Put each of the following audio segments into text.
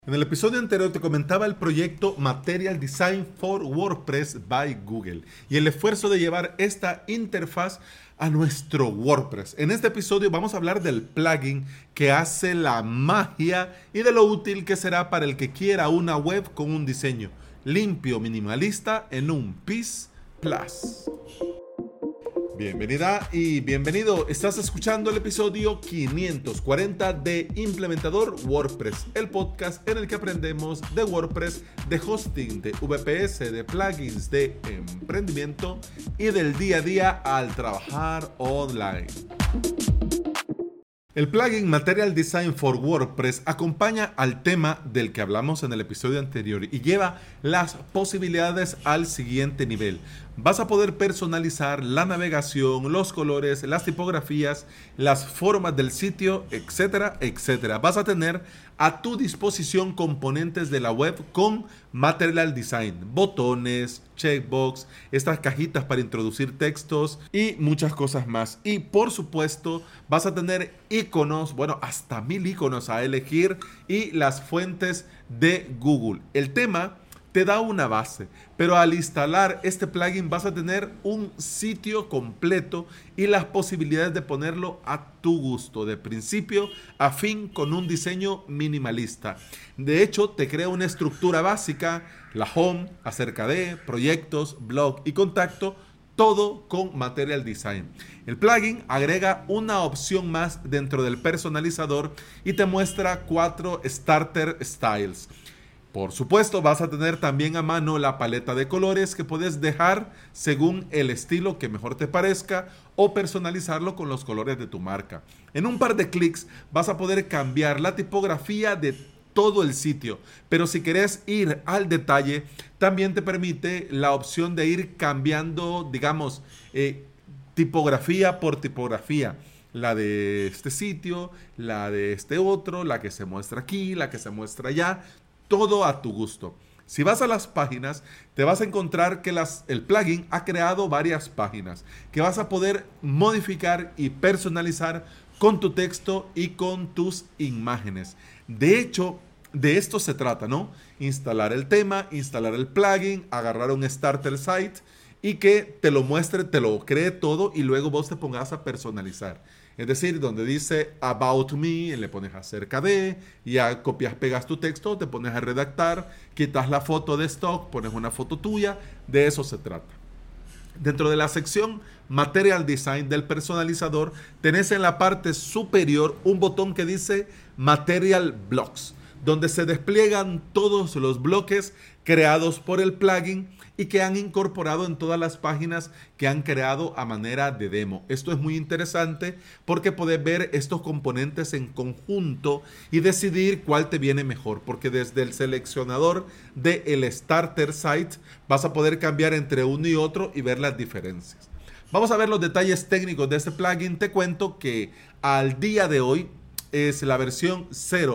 En el episodio anterior te comentaba el proyecto Material Design for WordPress by Google y el esfuerzo de llevar esta interfaz a nuestro WordPress. En este episodio vamos a hablar del plugin que hace la magia y de lo útil que será para el que quiera una web con un diseño limpio, minimalista en un PIS Plus. Bienvenida y bienvenido. Estás escuchando el episodio 540 de Implementador WordPress, el podcast en el que aprendemos de WordPress, de hosting, de VPS, de plugins, de emprendimiento y del día a día al trabajar online. El plugin Material Design for WordPress acompaña al tema del que hablamos en el episodio anterior y lleva las posibilidades al siguiente nivel. Vas a poder personalizar la navegación, los colores, las tipografías, las formas del sitio, etcétera, etcétera. Vas a tener a tu disposición componentes de la web con Material Design, botones, checkbox, estas cajitas para introducir textos y muchas cosas más. Y por supuesto vas a tener iconos, bueno, hasta 1000 iconos a elegir y las fuentes de Google. El tema te da una base, pero al instalar este plugin vas a tener un sitio completo y las posibilidades de ponerlo a tu gusto, de principio a fin, con un diseño minimalista. De hecho, te crea una estructura básica, la home, acerca de, proyectos, blog y contacto, todo con Material Design. El plugin agrega una opción más dentro del personalizador y te muestra 4 starter styles. Por supuesto, vas a tener también a mano la paleta de colores que puedes dejar según el estilo que mejor te parezca o personalizarlo con los colores de tu marca. En un par de clics vas a poder cambiar la tipografía de todo el sitio, pero si querés ir al detalle, también te permite la opción de ir cambiando, digamos, tipografía por tipografía. La de este sitio, la de este otro, la que se muestra aquí, la que se muestra allá. Todo a tu gusto. Si vas a las páginas, te vas a encontrar que el plugin ha creado varias páginas que vas a poder modificar y personalizar con tu texto y con tus imágenes. De hecho, de esto se trata, ¿no? Instalar el tema, instalar el plugin, agarrar un starter site y que te lo muestre, te lo cree todo y luego vos te pongas a personalizar. Es decir, donde dice About Me, le pones acerca de, ya copias, pegas tu texto, te pones a redactar, quitas la foto de stock, pones una foto tuya, de eso se trata. Dentro de la sección Material Design del personalizador, tenés en la parte superior un botón que dice Material Blocks, donde se despliegan todos los bloques creados por el plugin y que han incorporado en todas las páginas que han creado a manera de demo. Esto es muy interesante porque puedes ver estos componentes en conjunto y decidir cuál te viene mejor, porque desde el seleccionador del Starter Site vas a poder cambiar entre uno y otro y ver las diferencias. Vamos a ver los detalles técnicos de este plugin. Te cuento que al día de hoy es la versión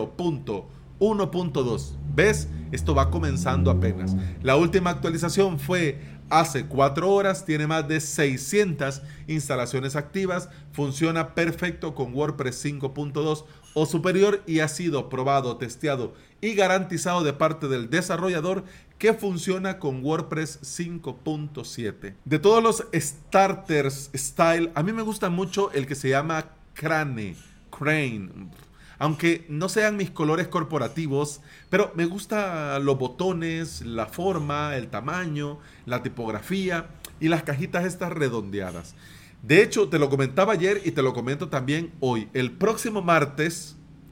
0.1.2. ¿Ves? Esto va comenzando apenas. La última actualización fue hace 4 horas, tiene más de 600 instalaciones activas, funciona perfecto con WordPress 5.2 o superior y ha sido probado, testeado y garantizado de parte del desarrollador que funciona con WordPress 5.7. De todos los starters style, a mí me gusta mucho el que se llama Crane. Aunque no sean mis colores corporativos, pero me gustan los botones, la forma, el tamaño, la tipografía y las cajitas estas redondeadas. De hecho, te lo comentaba ayer y te lo comento también hoy. El próximo martes,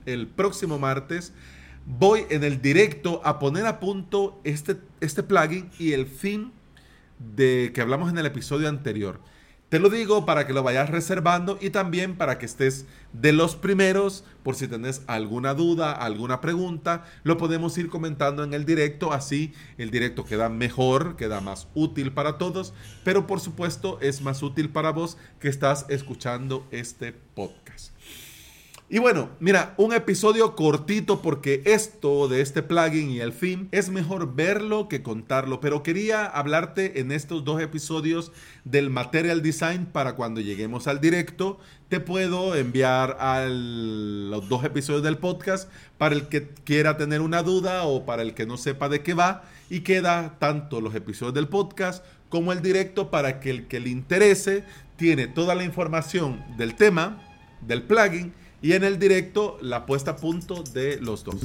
voy en el directo a poner a punto este plugin y el fin de que hablamos en el episodio anterior. Te lo digo para que lo vayas reservando y también para que estés de los primeros, por si tenés alguna duda, alguna pregunta, lo podemos ir comentando en el directo, así el directo queda mejor, queda más útil para todos, pero por supuesto es más útil para vos que estás escuchando este podcast. Y bueno, mira, un episodio cortito porque esto de este plugin y el fin es mejor verlo que contarlo, pero quería hablarte en estos 2 episodios del material design para cuando lleguemos al directo. Te puedo enviar los 2 episodios del podcast para el que quiera tener una duda o para el que no sepa de qué va, y queda tanto los episodios del podcast como el directo para que el que le interese tiene toda la información del tema, del plugin, y en el directo la puesta a punto de los 2.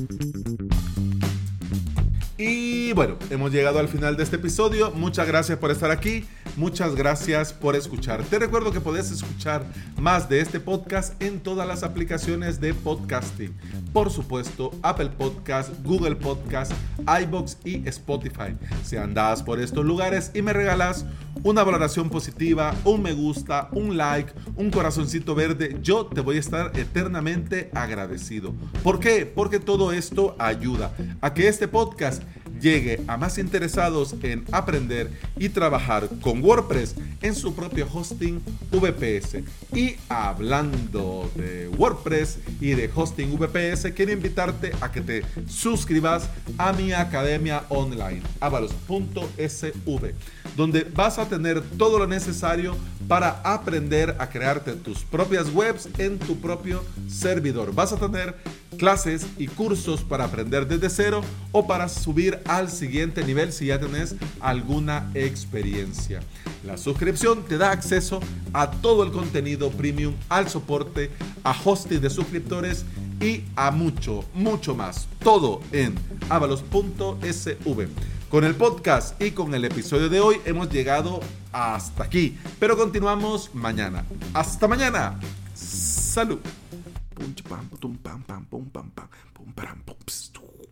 Y bueno, hemos llegado al final de este episodio. Muchas gracias por estar aquí. Muchas gracias por escuchar. Te recuerdo que puedes escuchar más de este podcast en todas las aplicaciones de podcasting. Por supuesto, Apple Podcast, Google Podcast, iVoox y Spotify. Si andas por estos lugares y me regalas una valoración positiva, un me gusta, un like, un corazoncito verde, yo te voy a estar eternamente agradecido. ¿Por qué? Porque todo esto ayuda a que este podcast llegue a más interesados en aprender y trabajar con WordPress en su propio hosting VPS. Y hablando de WordPress y de hosting VPS, quiero invitarte a que te suscribas a mi academia online, avalos.sv, donde vas a tener todo lo necesario para aprender a crearte tus propias webs en tu propio servidor. Vas a tener clases y cursos para aprender desde cero o para subir al siguiente nivel si ya tenés alguna experiencia. La suscripción te da acceso a todo el contenido premium, al soporte, a hosting de suscriptores y a mucho más. Todo en avalos.sv. Con el podcast y con el episodio de hoy hemos llegado hasta aquí, pero continuamos mañana. ¡Hasta mañana! ¡Salud!